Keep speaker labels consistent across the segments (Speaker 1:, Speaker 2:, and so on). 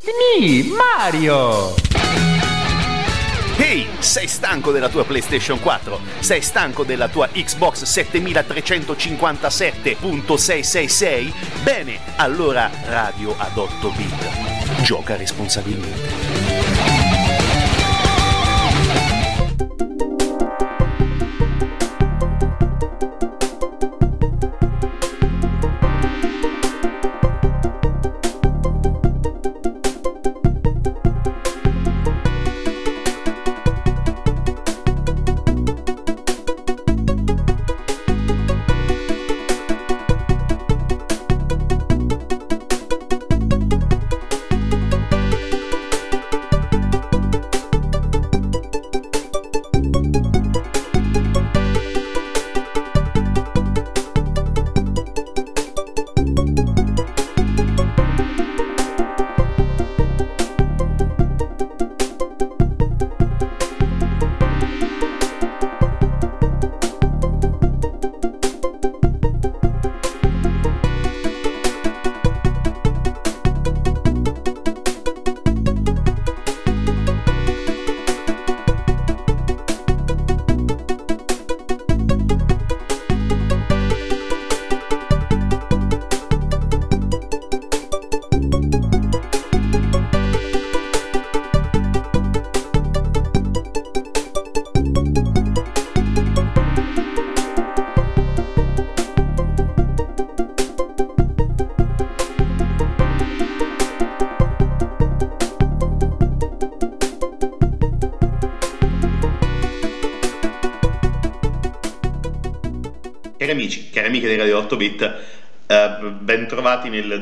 Speaker 1: me, Mario!
Speaker 2: Ehi, sei stanco della tua PlayStation 4? Sei stanco della tua Xbox 7357.666? Bene, allora Radio ad 8 bit. Gioca responsabilmente.
Speaker 3: Cari amici, cari amiche di Radio 8 Bit, ben trovati nel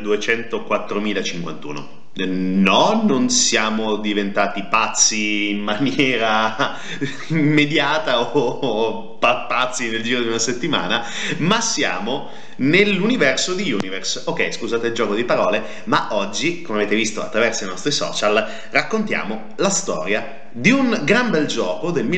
Speaker 3: 204.051. No, non siamo diventati pazzi in maniera immediata o pazzi nel giro di una settimana, ma siamo nell'universo di Universe. Ok, scusate il gioco di parole, ma oggi, come avete visto attraverso i nostri social, raccontiamo la storia di un gran bel gioco del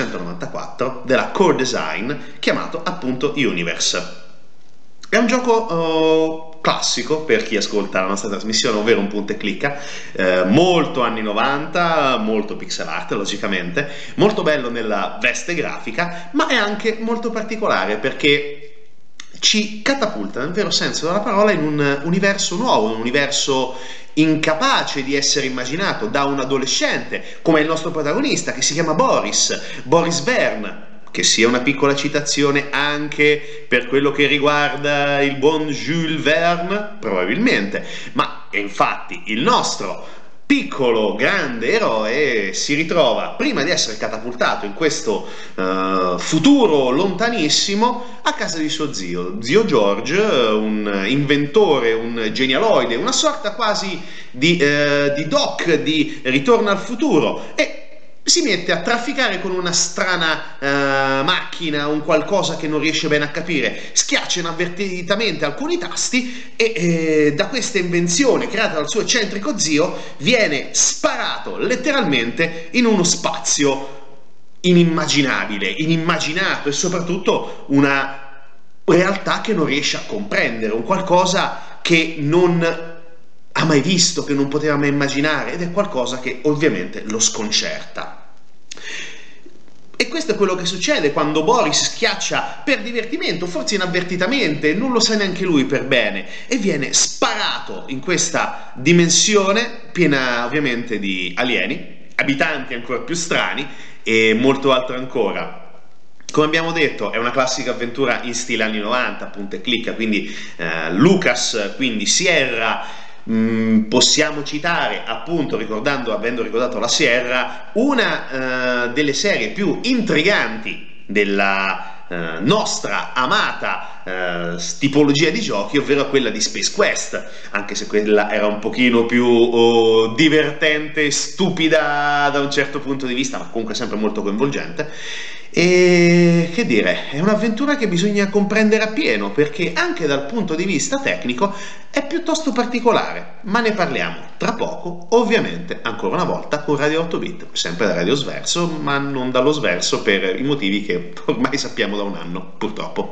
Speaker 3: 1994 della Core Design chiamato appunto Universe. È un gioco classico per chi ascolta la nostra trasmissione, ovvero un punta e clicca, molto anni 90, molto pixel art logicamente, molto bello nella veste grafica, ma è anche molto particolare perché ci catapulta nel vero senso della parola in un universo nuovo, un universo incapace di essere immaginato da un adolescente come il nostro protagonista, che si chiama Boris Verne, che sia una piccola citazione anche per quello che riguarda il buon Jules Verne, probabilmente, ma infatti il nostro piccolo grande eroe si ritrova, prima di essere catapultato in questo futuro lontanissimo, a casa di suo zio George, un inventore, un genialoide, una sorta quasi di Doc di Ritorno al futuro, e si mette a trafficare con una strana macchina, un qualcosa che non riesce bene a capire, schiaccia inavvertitamente alcuni tasti e da questa invenzione creata dal suo eccentrico zio viene sparato letteralmente in uno spazio inimmaginabile, inimmaginato, e soprattutto una realtà che non riesce a comprendere, un qualcosa che non ha mai visto, che non poteva mai immaginare, ed è qualcosa che ovviamente lo sconcerta. E questo è quello che succede quando Boris schiaccia per divertimento, forse inavvertitamente, non lo sa neanche lui per bene, e viene sparato in questa dimensione piena ovviamente di alieni, abitanti ancora più strani e molto altro ancora. Come abbiamo detto, è una classica avventura in stile anni 90, punta e clicca, quindi Lucas, quindi Sierra. Possiamo citare, appunto, avendo ricordato la Sierra, una delle serie più intriganti della nostra amata tipologia di giochi, ovvero quella di Space Quest, anche se quella era un pochino più divertente, stupida da un certo punto di vista, ma comunque sempre molto coinvolgente. E che dire, è un'avventura che bisogna comprendere appieno, perché anche dal punto di vista tecnico è piuttosto particolare, ma ne parliamo tra poco, ovviamente ancora una volta con Radio 8 Bit, sempre da Radio Sverso, ma non dallo Sverso per i motivi che ormai sappiamo da un anno, purtroppo.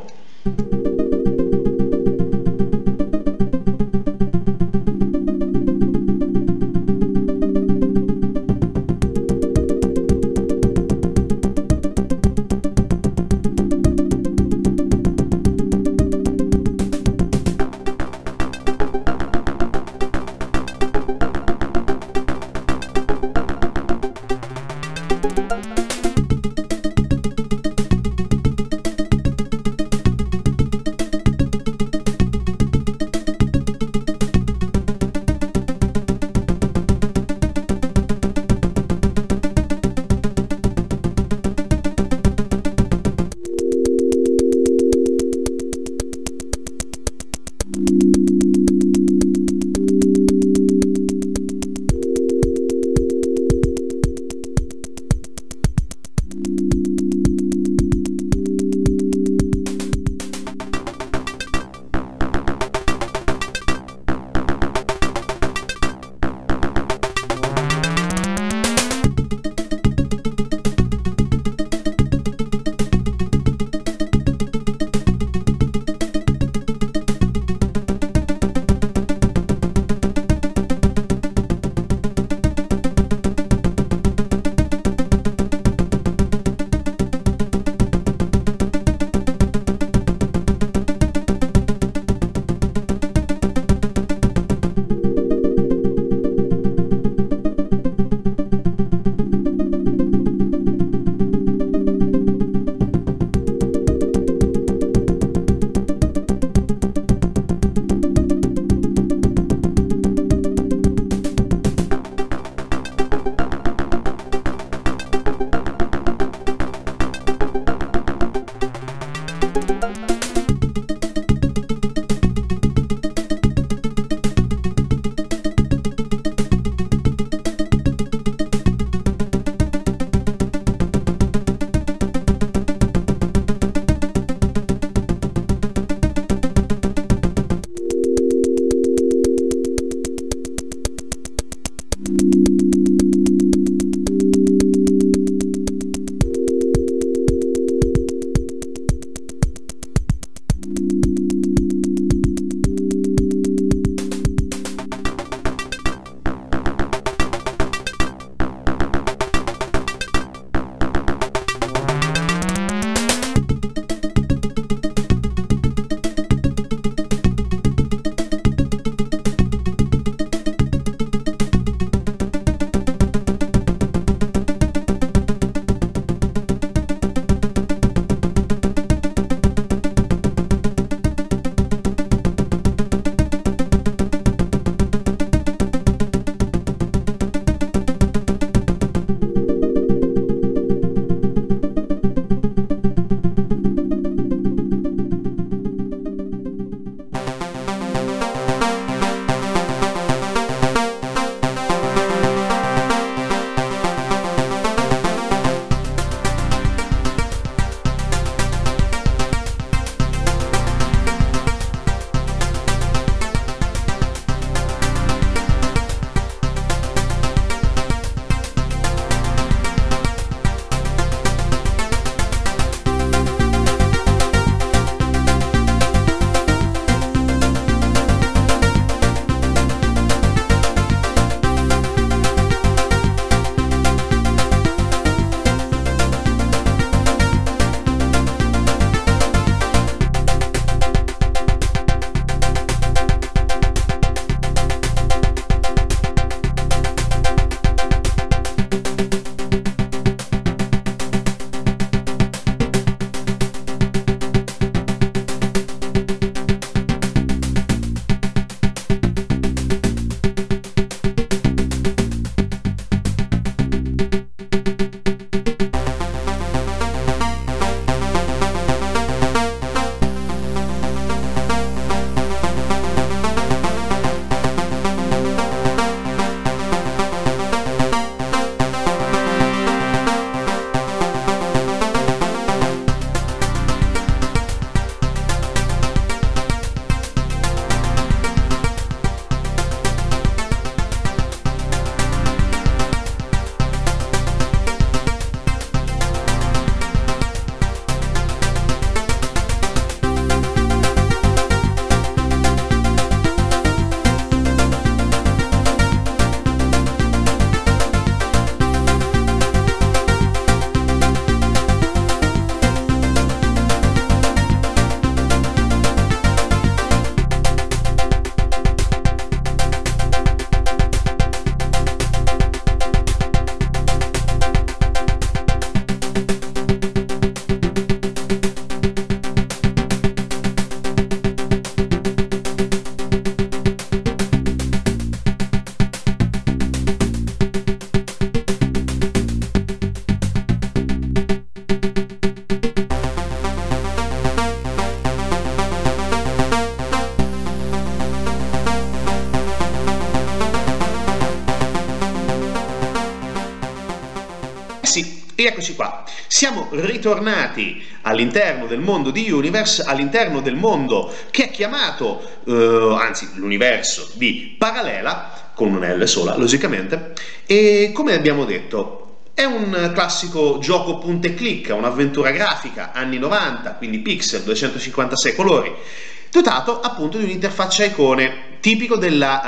Speaker 3: Eccoci qua, siamo ritornati all'interno del mondo di Universe, all'interno del mondo che è chiamato, anzi l'universo di Paralela, con una L sola logicamente, e come abbiamo detto è un classico gioco punta e clicca, un'avventura grafica anni 90, quindi pixel, 256 colori, dotato appunto di un'interfaccia a icone tipico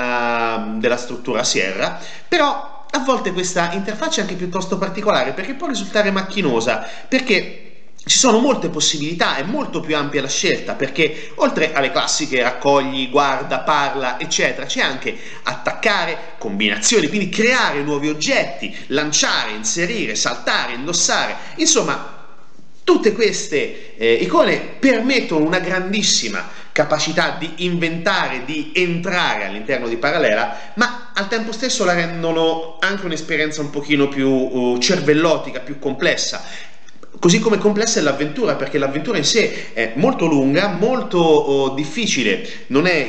Speaker 3: della struttura Sierra, però a volte questa interfaccia è anche piuttosto particolare perché può risultare macchinosa, perché ci sono molte possibilità, è molto più ampia la scelta, perché oltre alle classiche raccogli, guarda, parla, eccetera, c'è anche attaccare, combinazioni, quindi creare nuovi oggetti, lanciare, inserire, saltare, indossare, insomma tutte queste icone permettono una grandissima capacità di inventare, di entrare all'interno di Paralela, ma al tempo stesso la rendono anche un'esperienza un pochino più cervellotica, più complessa. Così come complessa è l'avventura, perché l'avventura in sé è molto lunga, molto difficile, non è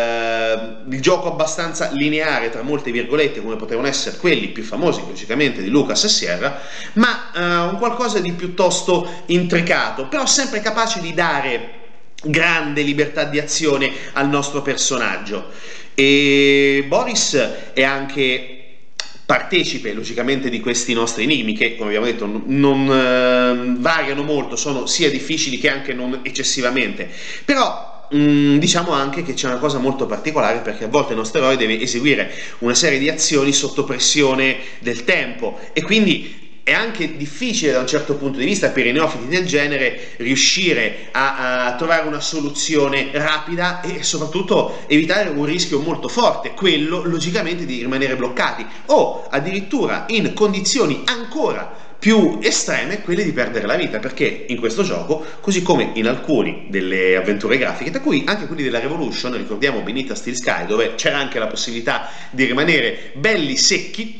Speaker 3: il gioco abbastanza lineare tra molte virgolette come potevano essere quelli più famosi logicamente di Lucas e Sierra, ma un qualcosa di piuttosto intricato, però sempre capace di dare grande libertà di azione al nostro personaggio. E Boris è anche partecipe logicamente di questi nostri enigmi che, come abbiamo detto, non variano molto, sono sia difficili che anche non eccessivamente, però diciamo anche che c'è una cosa molto particolare, perché a volte il nostro eroe deve eseguire una serie di azioni sotto pressione del tempo, e quindi è anche difficile da un certo punto di vista per i neofiti del genere riuscire a trovare una soluzione rapida e soprattutto evitare un rischio molto forte, quello logicamente di rimanere bloccati o addirittura in condizioni ancora più estreme, quelle di perdere la vita, perché in questo gioco, così come in alcuni delle avventure grafiche, tra cui anche quelli della Revolution, ricordiamo Beneath Steel Sky, dove c'era anche la possibilità di rimanere belli secchi,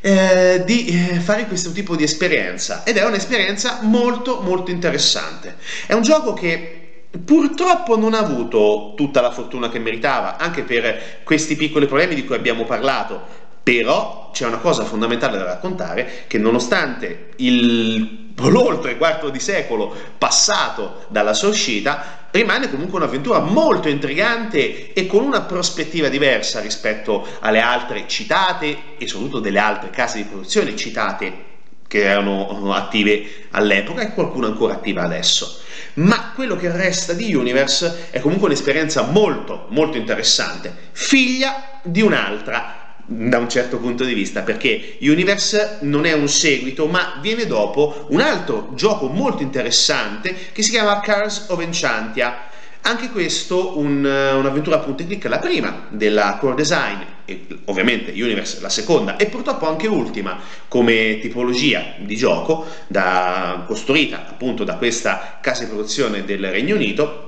Speaker 3: di fare questo tipo di esperienza, ed è un'esperienza molto molto interessante. È un gioco che purtroppo non ha avuto tutta la fortuna che meritava, anche per questi piccoli problemi di cui abbiamo parlato. Però c'è una cosa fondamentale da raccontare, che nonostante l'oltre quarto di secolo passato dalla sua uscita, rimane comunque un'avventura molto intrigante e con una prospettiva diversa rispetto alle altre citate e soprattutto delle altre case di produzione citate che erano attive all'epoca e qualcuna ancora attiva adesso. Ma quello che resta di Universe è comunque un'esperienza molto molto interessante, figlia di un'altra da un certo punto di vista, perché Universe non è un seguito, ma viene dopo un altro gioco molto interessante che si chiama Cars of Enchantia. Anche questo un'avventura a punta e clic, la prima della Core Design, e ovviamente Universe la seconda e purtroppo anche ultima come tipologia di gioco, costruita appunto da questa casa di produzione del Regno Unito,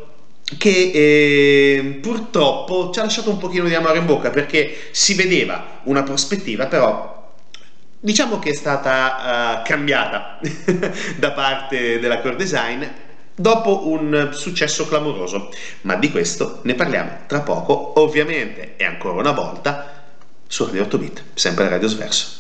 Speaker 3: che purtroppo ci ha lasciato un pochino di amaro in bocca, perché si vedeva una prospettiva, però diciamo che è stata cambiata da parte della Core Design dopo un successo clamoroso, ma di questo ne parliamo tra poco, ovviamente, e ancora una volta su Radio 8 Bit, sempre Radio Sverso.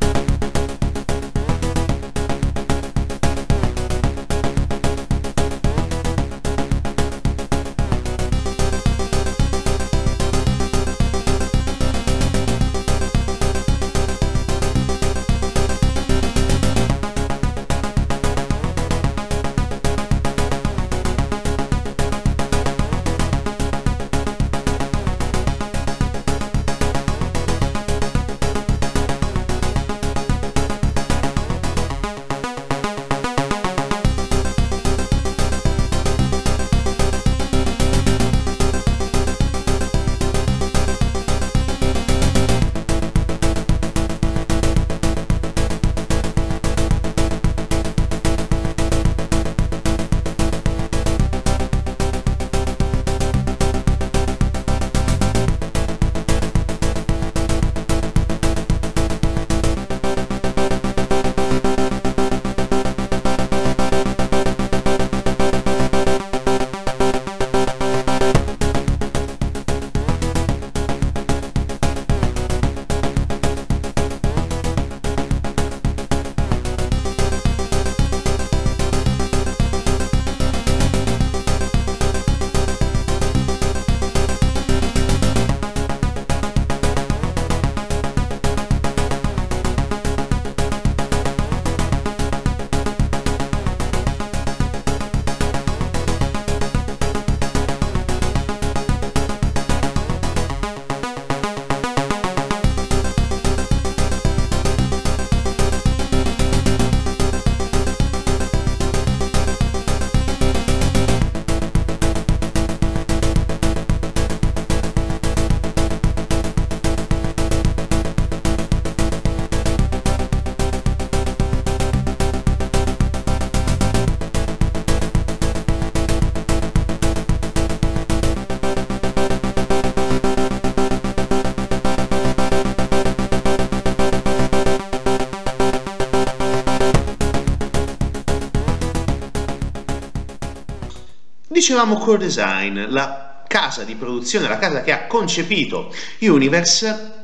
Speaker 3: Dicevamo Core Design, la casa di produzione, la casa che ha concepito Universe,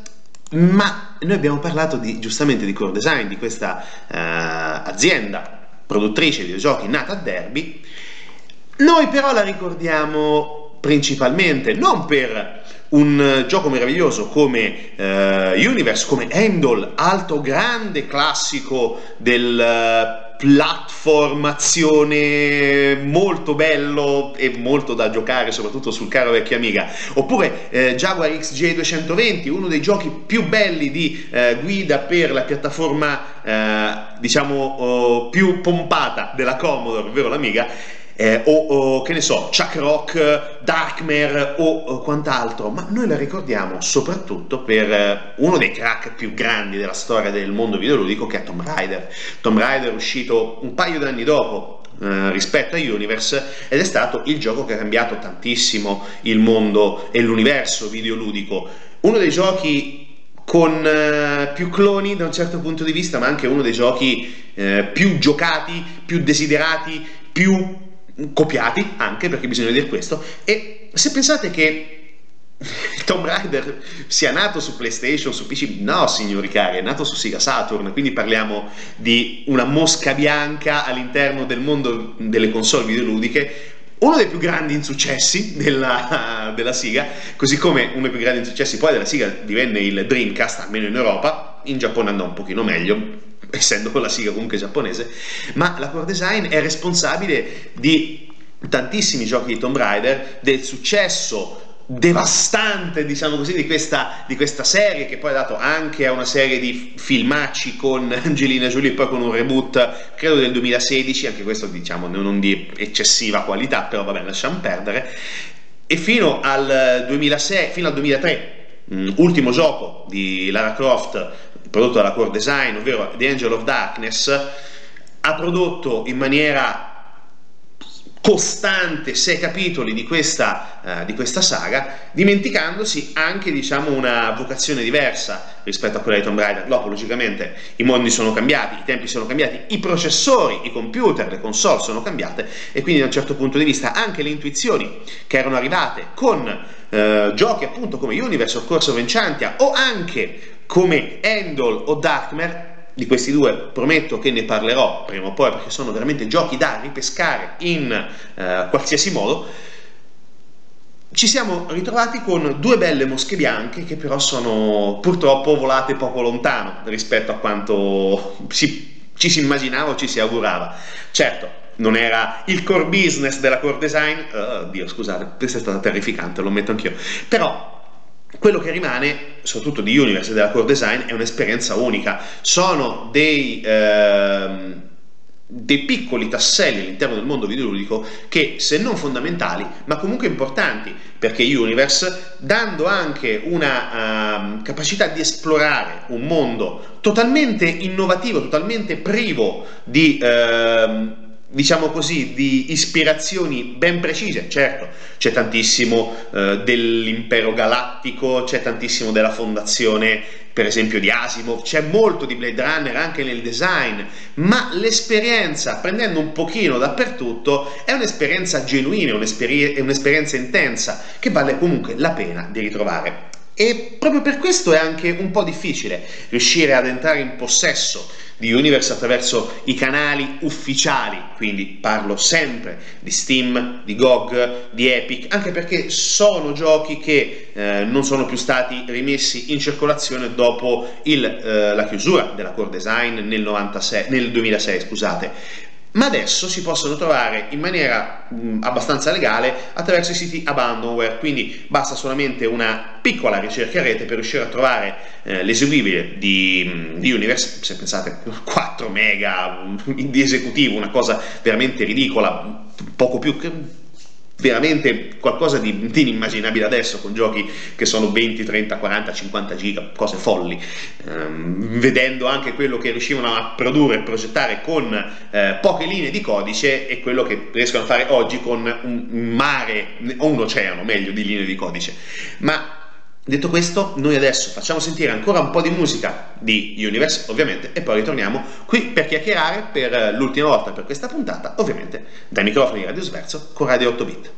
Speaker 3: ma noi abbiamo parlato giustamente di Core Design, di questa azienda produttrice di videogiochi nata a Derby. Noi però la ricordiamo principalmente non per un gioco meraviglioso come Universe, come Handle, altro grande classico del platformazione molto bello e molto da giocare soprattutto sul caro vecchio Amiga, oppure Jaguar XJ220, uno dei giochi più belli di guida per la piattaforma diciamo più pompata della Commodore, ovvero l'Amiga, o che ne so, Chuck Rock, Darkmare o quant'altro, ma noi la ricordiamo soprattutto per uno dei crack più grandi della storia del mondo videoludico, che è Tomb Raider. Tomb Raider è uscito un paio d'anni dopo rispetto a Universe ed è stato il gioco che ha cambiato tantissimo il mondo e l'universo videoludico, uno dei giochi con più cloni da un certo punto di vista, ma anche uno dei giochi più giocati, più desiderati, più copiati, anche perché bisogna dire questo. E se pensate che Tomb Raider sia nato su PlayStation, su PC, no signori cari, è nato su Sega Saturn, quindi parliamo di una mosca bianca all'interno del mondo delle console videoludiche, uno dei più grandi insuccessi della Sega, così come uno dei più grandi insuccessi poi della Sega divenne il Dreamcast, almeno in Europa. In Giappone andò un pochino meglio, essendo con la Sega comunque giapponese, ma la Core Design è responsabile di tantissimi giochi di Tomb Raider, del successo devastante, diciamo così, di questa serie, che poi ha dato anche a una serie di filmacci con Angelina Jolie, poi con un reboot credo del 2016, anche questo diciamo non di eccessiva qualità, però vabbè, lasciamo perdere. E fino al 2006, fino al 2003, ultimo gioco di Lara Croft prodotto dalla Core Design, ovvero The Angel of Darkness, ha prodotto in maniera costante 6 capitoli di questa saga, dimenticandosi anche, diciamo, una vocazione diversa rispetto a quella di Tomb Raider. Dopo, logicamente, i mondi sono cambiati, i tempi sono cambiati, i processori, i computer, le console sono cambiate, e quindi da un certo punto di vista anche le intuizioni che erano arrivate con giochi appunto come Universe o Curse of Enchantia, o anche come Handle o Darkmare. Di questi due prometto che ne parlerò prima o poi, perché sono veramente giochi da ripescare in qualsiasi modo. Ci siamo ritrovati con due belle mosche bianche che però sono purtroppo volate poco lontano rispetto a quanto ci si immaginava o ci si augurava. Certo, non era il core business della Core Design, oddio scusate, questa è stata terrificante, lo ammetto anch'io, però quello che rimane, soprattutto di Universe e della Core Design, è un'esperienza unica. Sono dei piccoli tasselli all'interno del mondo videoludico che, se non fondamentali, ma comunque importanti, perché Universe, dando anche una capacità di esplorare un mondo totalmente innovativo, totalmente privo di diciamo così, di ispirazioni ben precise. Certo, c'è tantissimo dell'impero galattico, c'è tantissimo della fondazione, per esempio, di Asimov, c'è molto di Blade Runner anche nel design, ma l'esperienza, prendendo un pochino dappertutto, è un'esperienza genuina, è un'esperienza intensa, che vale comunque la pena di ritrovare. E proprio per questo è anche un po' difficile riuscire ad entrare in possesso di Universe attraverso i canali ufficiali, quindi parlo sempre di Steam, di GOG, di Epic, anche perché sono giochi che non sono più stati rimessi in circolazione dopo la chiusura della Core Design nel 2006, scusate. Ma adesso si possono trovare in maniera abbastanza legale attraverso i siti Abandonware, quindi basta solamente una piccola ricerca a rete per riuscire a trovare l'eseguibile di Universe. Se pensate, 4 mega di esecutivo, una cosa veramente ridicola, poco più che veramente qualcosa di inimmaginabile adesso, con giochi che sono 20, 30, 40, 50 giga, cose folli, vedendo anche quello che riuscivano a produrre e progettare con poche linee di codice e quello che riescono a fare oggi con un mare o un oceano, meglio, di linee di codice. Ma detto questo, noi adesso facciamo sentire ancora un po' di musica di Universe, ovviamente, e poi ritorniamo qui per chiacchierare per l'ultima volta per questa puntata, ovviamente dai microfoni di Radio Sverso con Radio 8 Bit.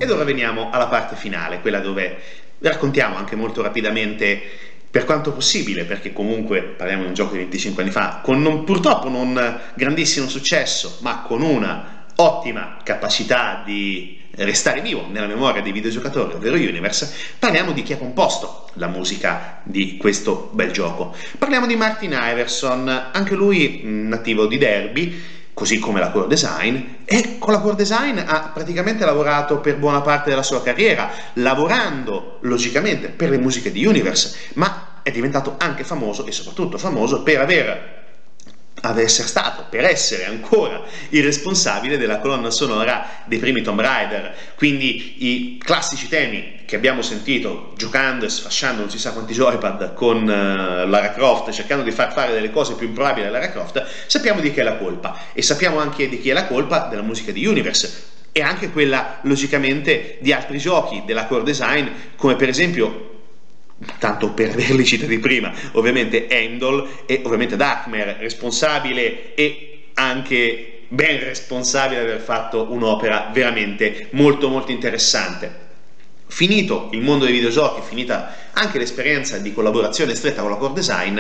Speaker 3: ed ora veniamo alla parte finale, quella dove raccontiamo anche molto rapidamente, per quanto possibile, perché comunque parliamo di un gioco di 25 anni fa, con purtroppo non grandissimo successo, ma con una ottima capacità di restare vivo nella memoria dei videogiocatori, ovvero Universe. Parliamo di chi ha composto la musica di questo bel gioco. Parliamo di Martin Iverson, anche lui nativo di Derby, così come la core design, e con la core design ha praticamente lavorato per buona parte della sua carriera, lavorando logicamente per le musiche di Universe, ma è diventato anche famoso, e soprattutto famoso, per essere ancora il responsabile della colonna sonora dei primi Tomb Raider, quindi i classici temi che abbiamo sentito giocando e sfasciando non si sa quanti joypad con Lara Croft, cercando di far fare delle cose più improbabili a Lara Croft. Sappiamo di chi è la colpa, e sappiamo anche di chi è la colpa della musica di Universe, e anche quella logicamente di altri giochi della core design, come per esempio, tanto per averli citati prima, ovviamente Heimdall e ovviamente Darkmare, responsabile e anche ben responsabile di aver fatto un'opera veramente molto molto interessante. Finito il mondo dei videogiochi, finita anche l'esperienza di collaborazione stretta con la core design,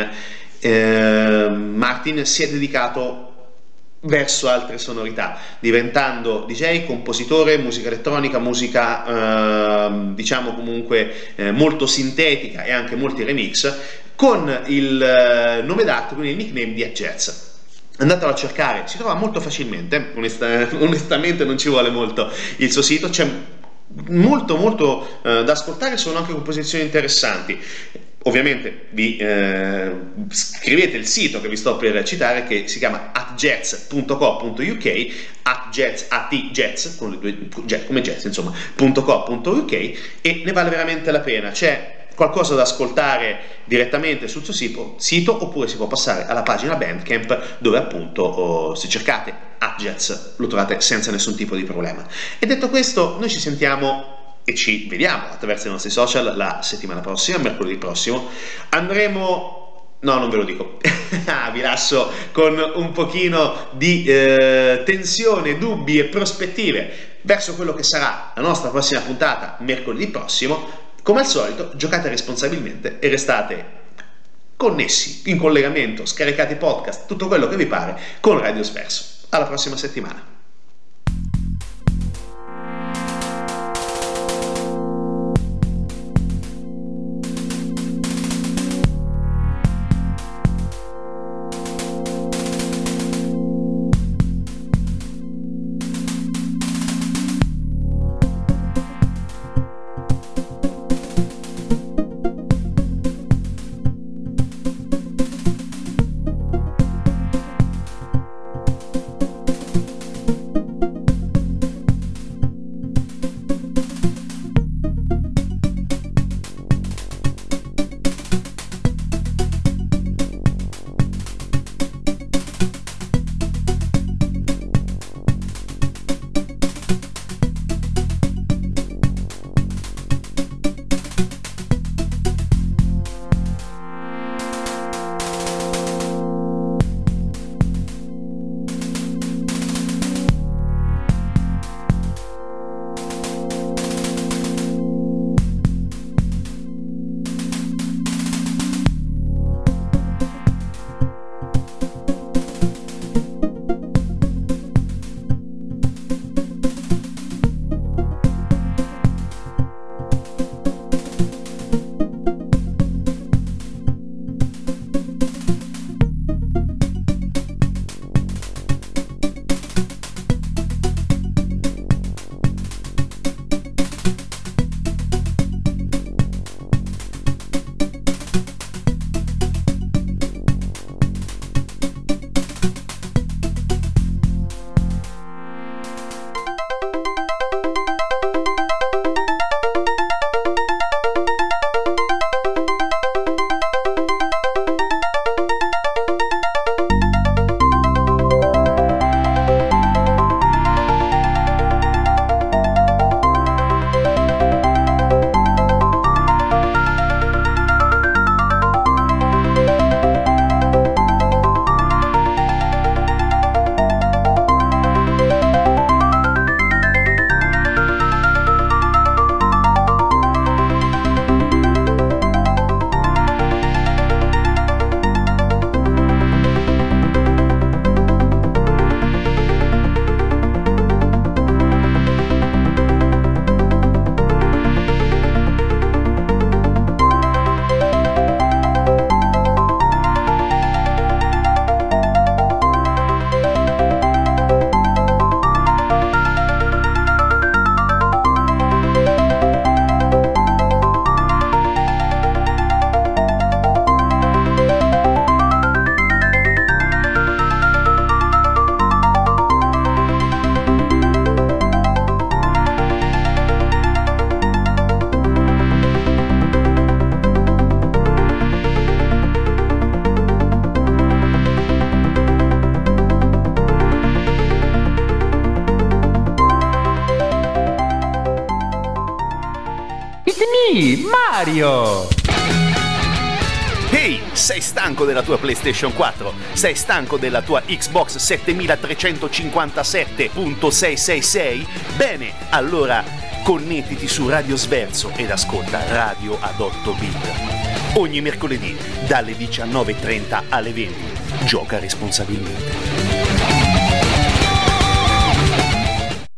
Speaker 3: Martin si è dedicato verso altre sonorità, diventando DJ, compositore, musica elettronica, musica diciamo comunque molto sintetica, e anche molti remix, con il nome d'arte, con il nickname di Jazz. Andatelo a cercare, si trova molto facilmente, onestamente non ci vuole molto il suo sito, c'è molto da ascoltare, sono anche composizioni interessanti. Ovviamente vi scrivete il sito che vi sto per citare, che si chiama atjazz.co.uk, atjazz come jazz insomma, .co.uk, e ne vale veramente la pena. C'è qualcosa da ascoltare direttamente sul suo sito, oppure si può passare alla pagina Bandcamp, dove appunto se cercate atjazz lo trovate senza nessun tipo di problema. E detto questo, noi ci sentiamo e ci vediamo attraverso i nostri social la settimana prossima, mercoledì prossimo. Andremo... no, non ve lo dico. Vi lascio con un pochino di tensione, dubbi e prospettive verso quello che sarà la nostra prossima puntata mercoledì prossimo. Come al solito, giocate responsabilmente e restate connessi, in collegamento, scaricate podcast, tutto quello che vi pare con Radio Sverso. Alla prossima settimana.
Speaker 1: me, Mario!
Speaker 2: Ehi, sei stanco della tua PlayStation 4? Sei stanco della tua Xbox 7357.666? Bene, allora connettiti su Radio Sverso ed ascolta Radio ad 8 bit. Ogni mercoledì dalle 19:30 alle 20. Gioca responsabilmente.